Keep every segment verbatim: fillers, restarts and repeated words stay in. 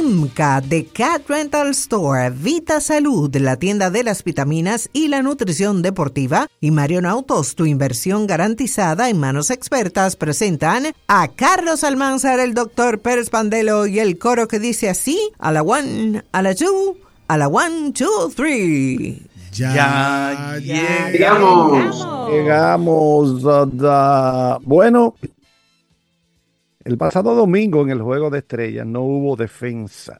Simca de Cat Rental Store, Vita Salud, la tienda de las vitaminas y la nutrición deportiva, y Marion Autos, tu inversión garantizada en manos expertas, presentan a Carlos Almanzar, el doctor Pérez Pandelo y el coro que dice así: a la one, a la two, a la one, two, three. Ya, ya llegamos. Llegamos. Uh, uh, bueno, el pasado domingo en el Juego de Estrellas no hubo defensa.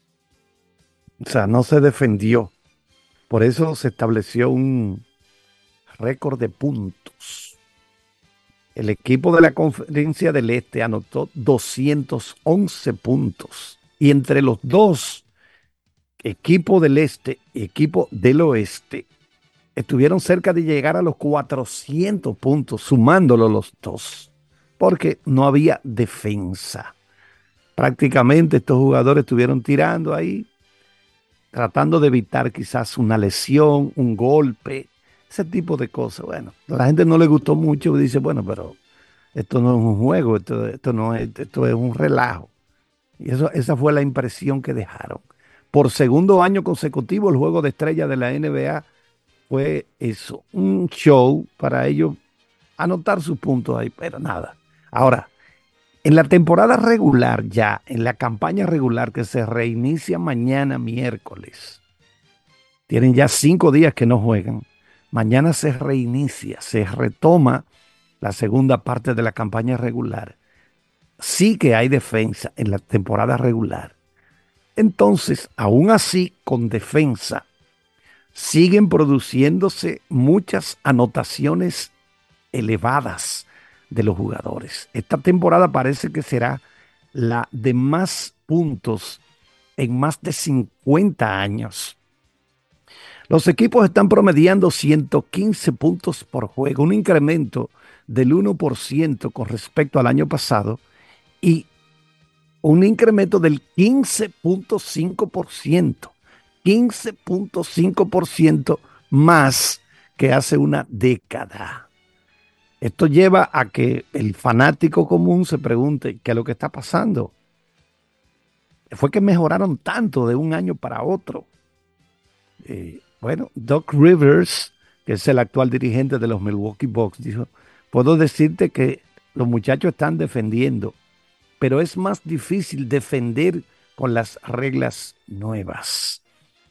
O sea, no se defendió. Por eso se estableció un récord de puntos. El equipo de la Conferencia del Este anotó doscientos once puntos. Y entre los dos, equipo del Este y equipo del Oeste, estuvieron cerca de llegar a los cuatrocientos puntos, sumándolo los dos, porque no había defensa. Prácticamente estos jugadores estuvieron tirando ahí, tratando de evitar quizás una lesión, un golpe, ese tipo de cosas. Bueno, a la gente no le gustó mucho, dice, bueno, pero esto no es un juego, esto, esto, no es, esto es un relajo. Y eso, esa fue la impresión que dejaron. Por segundo año consecutivo, el Juego de Estrellas de la N B A fue eso, un show para ellos anotar sus puntos ahí, pero nada. Ahora, en la temporada regular ya, en la campaña regular que se reinicia mañana miércoles, tienen ya cinco días que no juegan, mañana se reinicia, se retoma la segunda parte de la campaña regular. Sí que hay defensa en la temporada regular. Entonces, aún así, con defensa, siguen produciéndose muchas anotaciones elevadas de los jugadores. Esta temporada parece que será la de más puntos en más de cincuenta años. Los equipos están promediando ciento quince puntos por juego, un incremento del uno por ciento con respecto al año pasado y un incremento del quince punto cinco por ciento. quince punto cinco por ciento más que hace una década. Esto lleva a que el fanático común se pregunte qué es lo que está pasando. Fue que mejoraron tanto de un año para otro. Eh, bueno, Doc Rivers, que es el actual dirigente de los Milwaukee Bucks, dijo, puedo decirte que los muchachos están defendiendo, pero es más difícil defender con las reglas nuevas.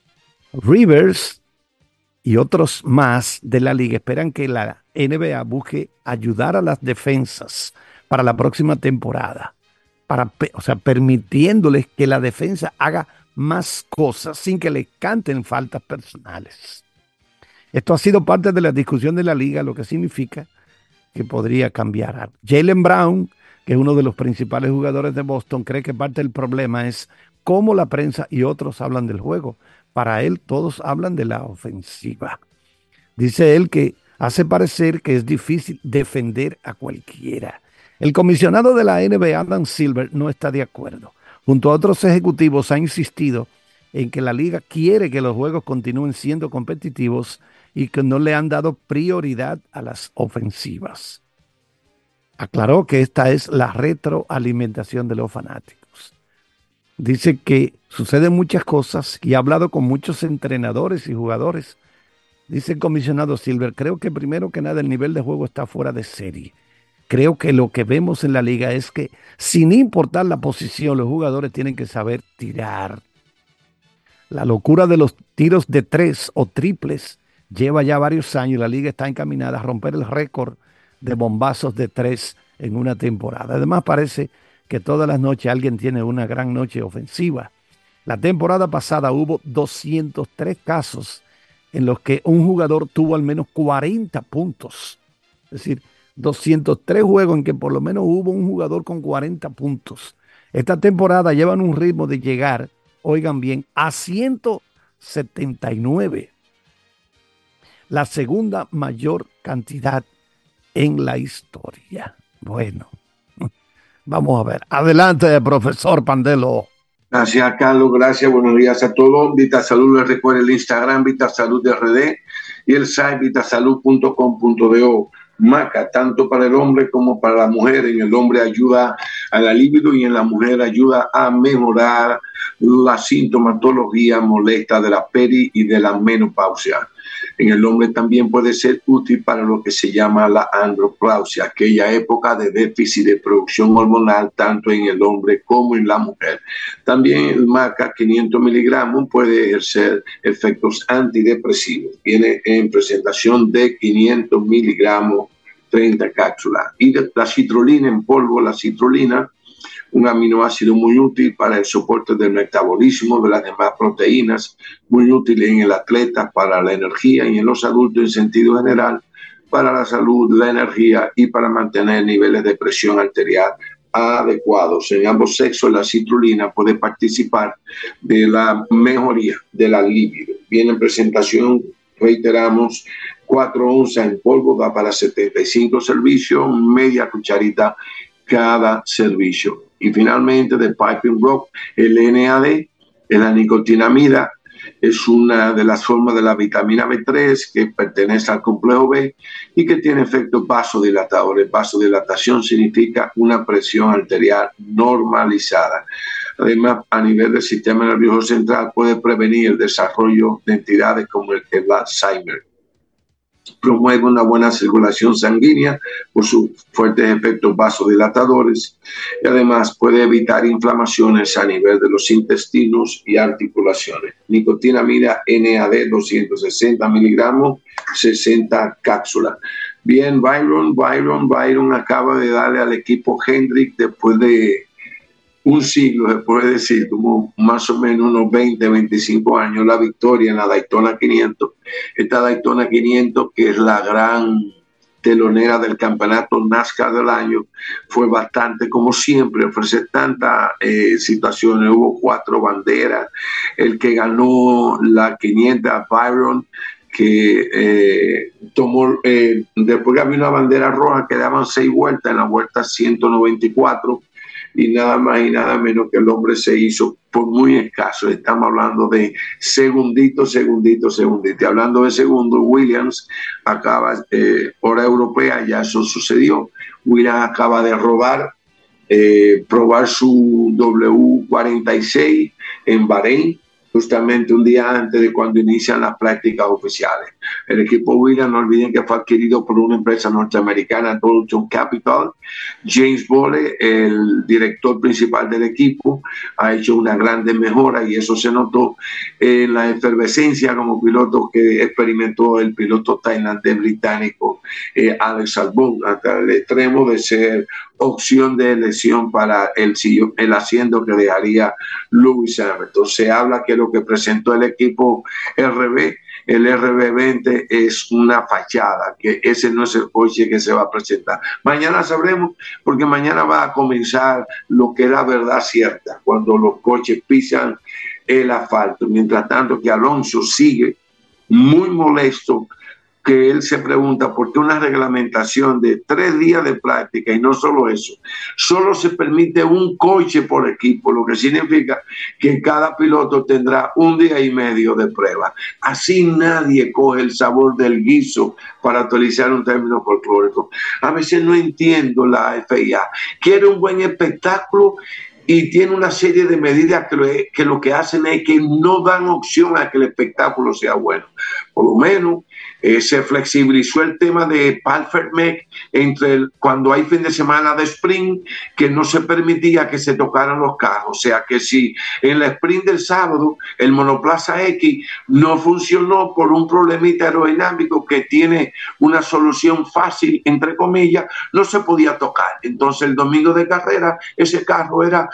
Rivers y otros más de la liga esperan que la N B A busque ayudar a las defensas para la próxima temporada, para, o sea, permitiéndoles que la defensa haga más cosas sin que les canten faltas personales. Esto ha sido parte de la discusión de la liga, lo que significa que podría cambiar. Jaylen Brown, que es uno de los principales jugadores de Boston, cree que parte del problema es cómo la prensa y otros hablan del juego. Para él, todos hablan de la ofensiva. Dice él que hace parecer que es difícil defender a cualquiera. El comisionado de la N B A, Adam Silver, no está de acuerdo. Junto a otros ejecutivos, ha insistido en que la liga quiere que los juegos continúen siendo competitivos y que no le han dado prioridad a las ofensivas. Aclaró que esta es la retroalimentación de los fanáticos. Dice que suceden muchas cosas y ha hablado con muchos entrenadores y jugadores. Dice el comisionado Silver, creo que primero que nada el nivel de juego está fuera de serie. Creo que lo que vemos en la liga es que sin importar la posición, los jugadores tienen que saber tirar. La locura de los tiros de tres o triples lleva ya varios años y la liga está encaminada a romper el récord de bombazos de tres en una temporada. Además, parece que todas las noches alguien tiene una gran noche ofensiva. La temporada pasada hubo doscientos tres casos en los que un jugador tuvo al menos cuarenta puntos. Es decir, doscientos tres juegos en que por lo menos hubo un jugador con cuarenta puntos. Esta temporada llevan un ritmo de llegar, oigan bien, a ciento setenta y nueve. La segunda mayor cantidad en la historia. Bueno, vamos a ver. Adelante, profesor Pandelo. Gracias, Carlos. Gracias. Buenos días a todos. Vita Salud, les recuerdo el Instagram, Vita Salud R D, y el site vitasalud punto com punto do. Maca, tanto para el hombre como para la mujer. En el hombre ayuda a la libido y en la mujer ayuda a mejorar la sintomatología molesta de la peri y de la menopausia. En el hombre también puede ser útil para lo que se llama la andropausia, aquella época de déficit de producción hormonal tanto en el hombre como en la mujer. También el maca quinientos miligramos puede ejercer efectos antidepresivos. Viene en presentación de quinientos miligramos, treinta cápsulas. Y de la citrulina en polvo, la citrulina, un aminoácido muy útil para el soporte del metabolismo de las demás proteínas, muy útil en el atleta para la energía y en los adultos en sentido general para la salud, la energía y para mantener niveles de presión arterial adecuados. En ambos sexos la citrulina puede participar de la mejoría de la libido. Viene en presentación, reiteramos, cuatro onzas en polvo, da para setenta y cinco servicios, media cucharita cada servicio. Y finalmente, de Piping Rock, el N A D, la nicotinamida, es una de las formas de la vitamina B tres que pertenece al complejo B y que tiene efectos vasodilatadores. Vasodilatación significa una presión arterial normalizada. Además, a nivel del sistema nervioso central puede prevenir el desarrollo de entidades como el, el Alzheimer. Promueve una buena circulación sanguínea por sus fuertes efectos vasodilatadores y además puede evitar inflamaciones a nivel de los intestinos y articulaciones. Nicotinamida N A D doscientos sesenta miligramos, sesenta cápsulas. Bien, Byron, Byron, Byron acaba de darle al equipo Hendrick después de un siglo, se puede decir, como más o menos unos veinte, veinticinco años, la victoria en la Daytona quinientos. Esta Daytona quinientos, que es la gran telonera del campeonato NASCAR del año, fue bastante, como siempre, ofrece tantas eh, situaciones. Hubo cuatro banderas. El que ganó la quinientos, Byron, que eh, tomó, eh, después que había una bandera roja, quedaban seis vueltas en la vuelta ciento noventa y cuatro. Y nada más y nada menos que el hombre se hizo por muy escaso. Estamos hablando de segunditos, segunditos, segunditos. Hablando de segundos, Williams acaba, eh, hora europea, ya eso sucedió. Williams acaba de robar, eh, probar su W cuarenta y seis en Bahrein, justamente un día antes de cuando inician las prácticas oficiales. El equipo Williams, no olviden que fue adquirido por una empresa norteamericana, Dalton Capital. James Bole, el director principal del equipo, ha hecho una grande mejora y eso se notó en la efervescencia como piloto que experimentó el piloto tailandés británico eh, Alex Albon, hasta el extremo de ser opción de elección para el, el asiento que dejaría Lewis Hamilton. Se habla que lo que presentó el equipo R B, el R B veinte, es una fachada, que ese no es el coche que se va a presentar. Mañana sabremos, porque mañana va a comenzar lo que es la verdad cierta, cuando los coches pisan el asfalto. Mientras tanto que Alonso sigue muy molesto, que él se pregunta por qué una reglamentación de tres días de práctica, y no solo eso, solo se permite un coche por equipo, lo que significa que cada piloto tendrá un día y medio de prueba. Así nadie coge el sabor del guiso, para utilizar un término folclórico. A veces no entiendo la F I A. Quiere un buen espectáculo y tiene una serie de medidas que lo, que lo que hacen es que no dan opción a que el espectáculo sea bueno. Por lo menos eh, se flexibilizó el tema de Palfermec entre el, cuando hay fin de semana de sprint, que no se permitía que se tocaran los carros. O sea que si en la sprint del sábado el monoplaza X no funcionó por un problemita aerodinámico que tiene una solución fácil, entre comillas, no se podía tocar. Entonces el domingo de carrera ese carro era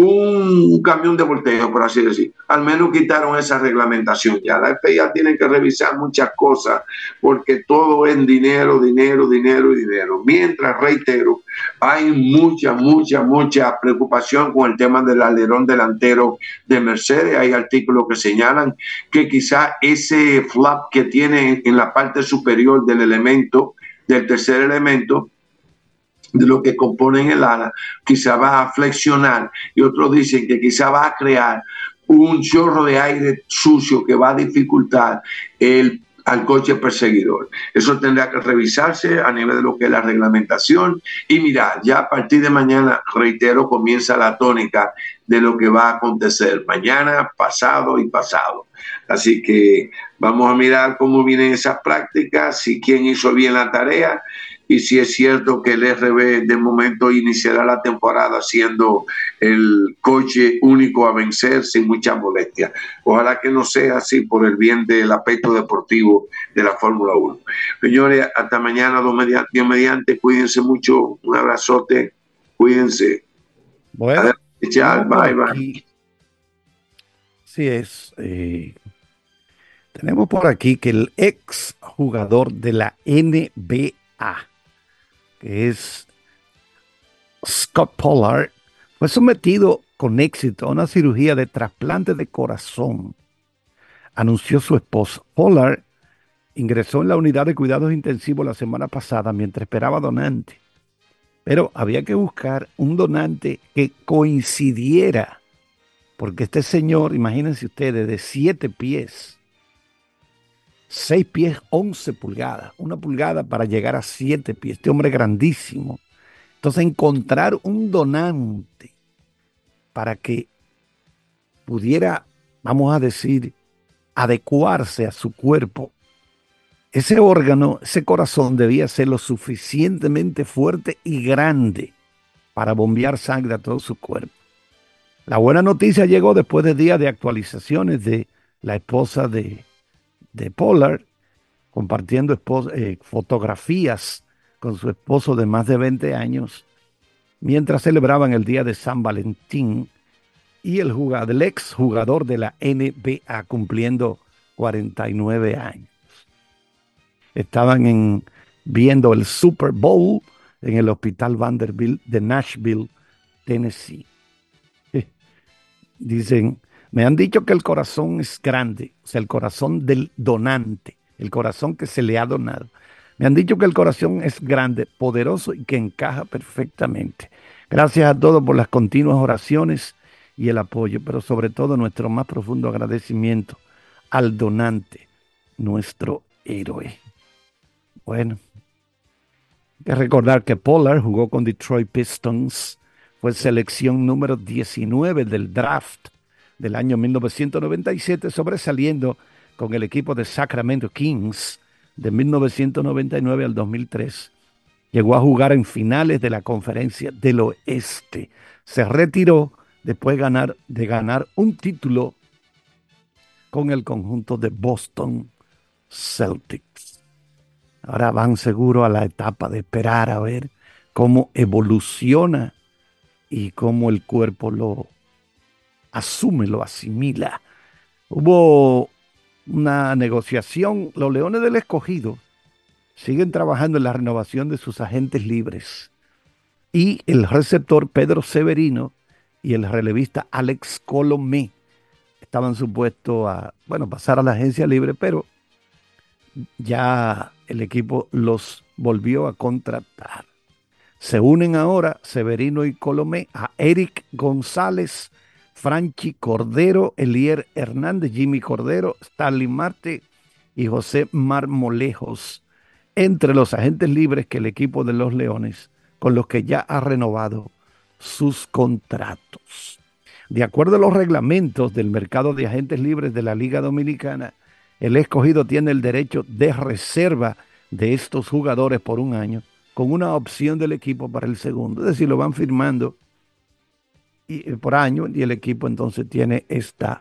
un camión de volteo, por así decir. Al menos quitaron esa reglamentación ya. La F I A tiene que revisar muchas cosas porque todo es dinero, dinero, dinero y dinero. Mientras, reitero, hay mucha, mucha, mucha preocupación con el tema del alerón delantero de Mercedes. Hay artículos que señalan que quizá ese flap que tiene en la parte superior del elemento, del tercer elemento, de lo que componen el ala, quizá va a flexionar, y otros dicen que quizá va a crear un chorro de aire sucio que va a dificultar el al coche perseguidor. Eso tendrá que revisarse a nivel de lo que es la reglamentación y mirar, ya a partir de mañana, reitero, comienza la tónica de lo que va a acontecer mañana, pasado y pasado. Así que vamos a mirar cómo vienen esas prácticas, si quién hizo bien la tarea y si es cierto que el R B de momento iniciará la temporada siendo el coche único a vencer sin mucha molestia. Ojalá que no sea así por el bien del aspecto deportivo de la Fórmula uno. Señores, hasta mañana, Dios mediante, cuídense mucho, un abrazote, cuídense. Bueno, bye, bye. Así es. Eh, tenemos por aquí que el ex jugador de la N B A, que es Scott Pollard, fue sometido con éxito a una cirugía de trasplante de corazón, anunció su esposa. Pollard ingresó en la unidad de cuidados intensivos la semana pasada mientras esperaba donante, pero había que buscar un donante que coincidiera, porque este señor, imagínense ustedes, de siete pies, seis pies, once pulgadas, una pulgada para llegar a siete pies, este hombre grandísimo. Entonces, encontrar un donante para que pudiera, vamos a decir, adecuarse a su cuerpo, ese órgano, ese corazón debía ser lo suficientemente fuerte y grande para bombear sangre a todo su cuerpo. La buena noticia llegó después de días de actualizaciones de la esposa de, de Pollard, compartiendo esposa, eh, fotografías con su esposo de más de veinte años, mientras celebraban el día de San Valentín, y el, jugador, el ex jugador de la N B A cumpliendo cuarenta y nueve años. Estaban en, viendo el Super Bowl en el Hospital Vanderbilt de Nashville, Tennessee. Dicen, me han dicho que el corazón es grande, o sea, el corazón del donante, el corazón que se le ha donado. Me han dicho que el corazón es grande, poderoso y que encaja perfectamente. Gracias a todos por las continuas oraciones y el apoyo, pero sobre todo nuestro más profundo agradecimiento al donante, nuestro héroe. Bueno, hay que recordar que Pollard jugó con Detroit Pistons, fue selección número diecinueve del draft del año mil novecientos noventa y siete, sobresaliendo con el equipo de Sacramento Kings de mil novecientos noventa y nueve al dos mil tres. Llegó a jugar en finales de la Conferencia del Oeste. Se retiró después de ganar, de ganar un título con el conjunto de Boston Celtics. Ahora van seguro a la etapa de esperar a ver cómo evoluciona y cómo el cuerpo lo asume, lo asimila. Hubo una negociación. Los Leones del Escogido siguen trabajando en la renovación de sus agentes libres. Y el receptor Pedro Severino y el relevista Alex Colomé estaban supuestos a, bueno, pasar a la agencia libre, pero ya el equipo los volvió a contratar. Se unen ahora Severino y Colomé a Eric González, Franchi Cordero, Elier Hernández, Jimmy Cordero, Stanley Marte y José Marmolejos, entre los agentes libres que el equipo de los Leones, con los que ya ha renovado sus contratos. De acuerdo a los reglamentos del mercado de agentes libres de la Liga Dominicana, el Escogido tiene el derecho de reserva de estos jugadores por un año, con una opción del equipo para el segundo. Es decir, lo van firmando y, por año y el equipo entonces tiene esta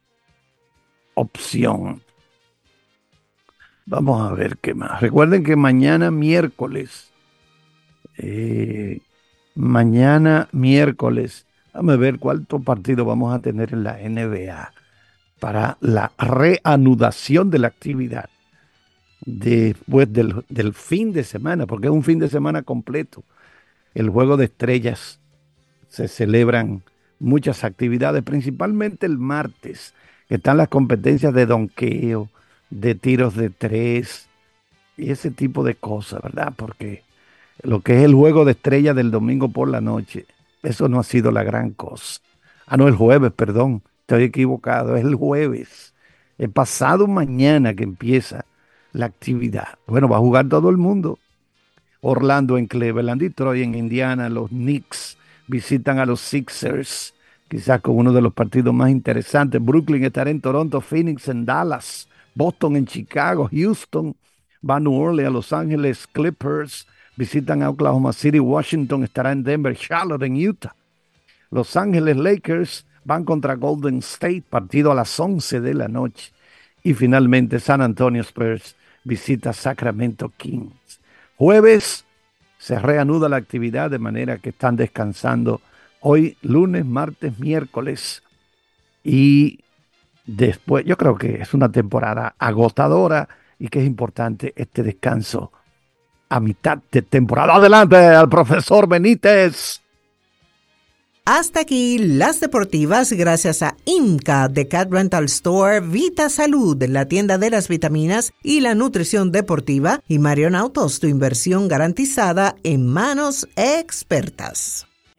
opción. Vamos a ver qué más. Recuerden que mañana miércoles, eh, mañana miércoles, vamos a ver cuántos partidos vamos a tener en la N B A para la reanudación de la actividad después del, del fin de semana, porque es un fin de semana completo. El Juego de Estrellas, se celebran muchas actividades, principalmente el martes, que están las competencias de donqueo, de tiros de tres y ese tipo de cosas, ¿verdad? Porque lo que es el Juego de Estrellas del domingo por la noche, eso no ha sido la gran cosa. Ah, no, el jueves, perdón, estoy equivocado, es el jueves. El pasado mañana que empieza la actividad. Bueno, va a jugar todo el mundo. Orlando en Cleveland, Detroit en Indiana, los Knicks visitan a los Sixers, quizás con uno de los partidos más interesantes. Brooklyn estará en Toronto, Phoenix en Dallas, Boston en Chicago, Houston va a New Orleans, Los Ángeles Clippers visitan a Oklahoma City, Washington estará en Denver, Charlotte en Utah. Los Ángeles Lakers van contra Golden State, partido a las once de la noche. Y finalmente San Antonio Spurs visita Sacramento Kings. Jueves se reanuda la actividad de manera que están descansando hoy, lunes, martes, miércoles. Y después, yo creo que es una temporada agotadora y que es importante este descanso a mitad de temporada. Adelante al profesor Benítez. Hasta aquí las deportivas gracias a IMCA de Cat Rental Store, Vita Salud, la tienda de las vitaminas y la nutrición deportiva, y Marion Autos, tu inversión garantizada en manos expertas.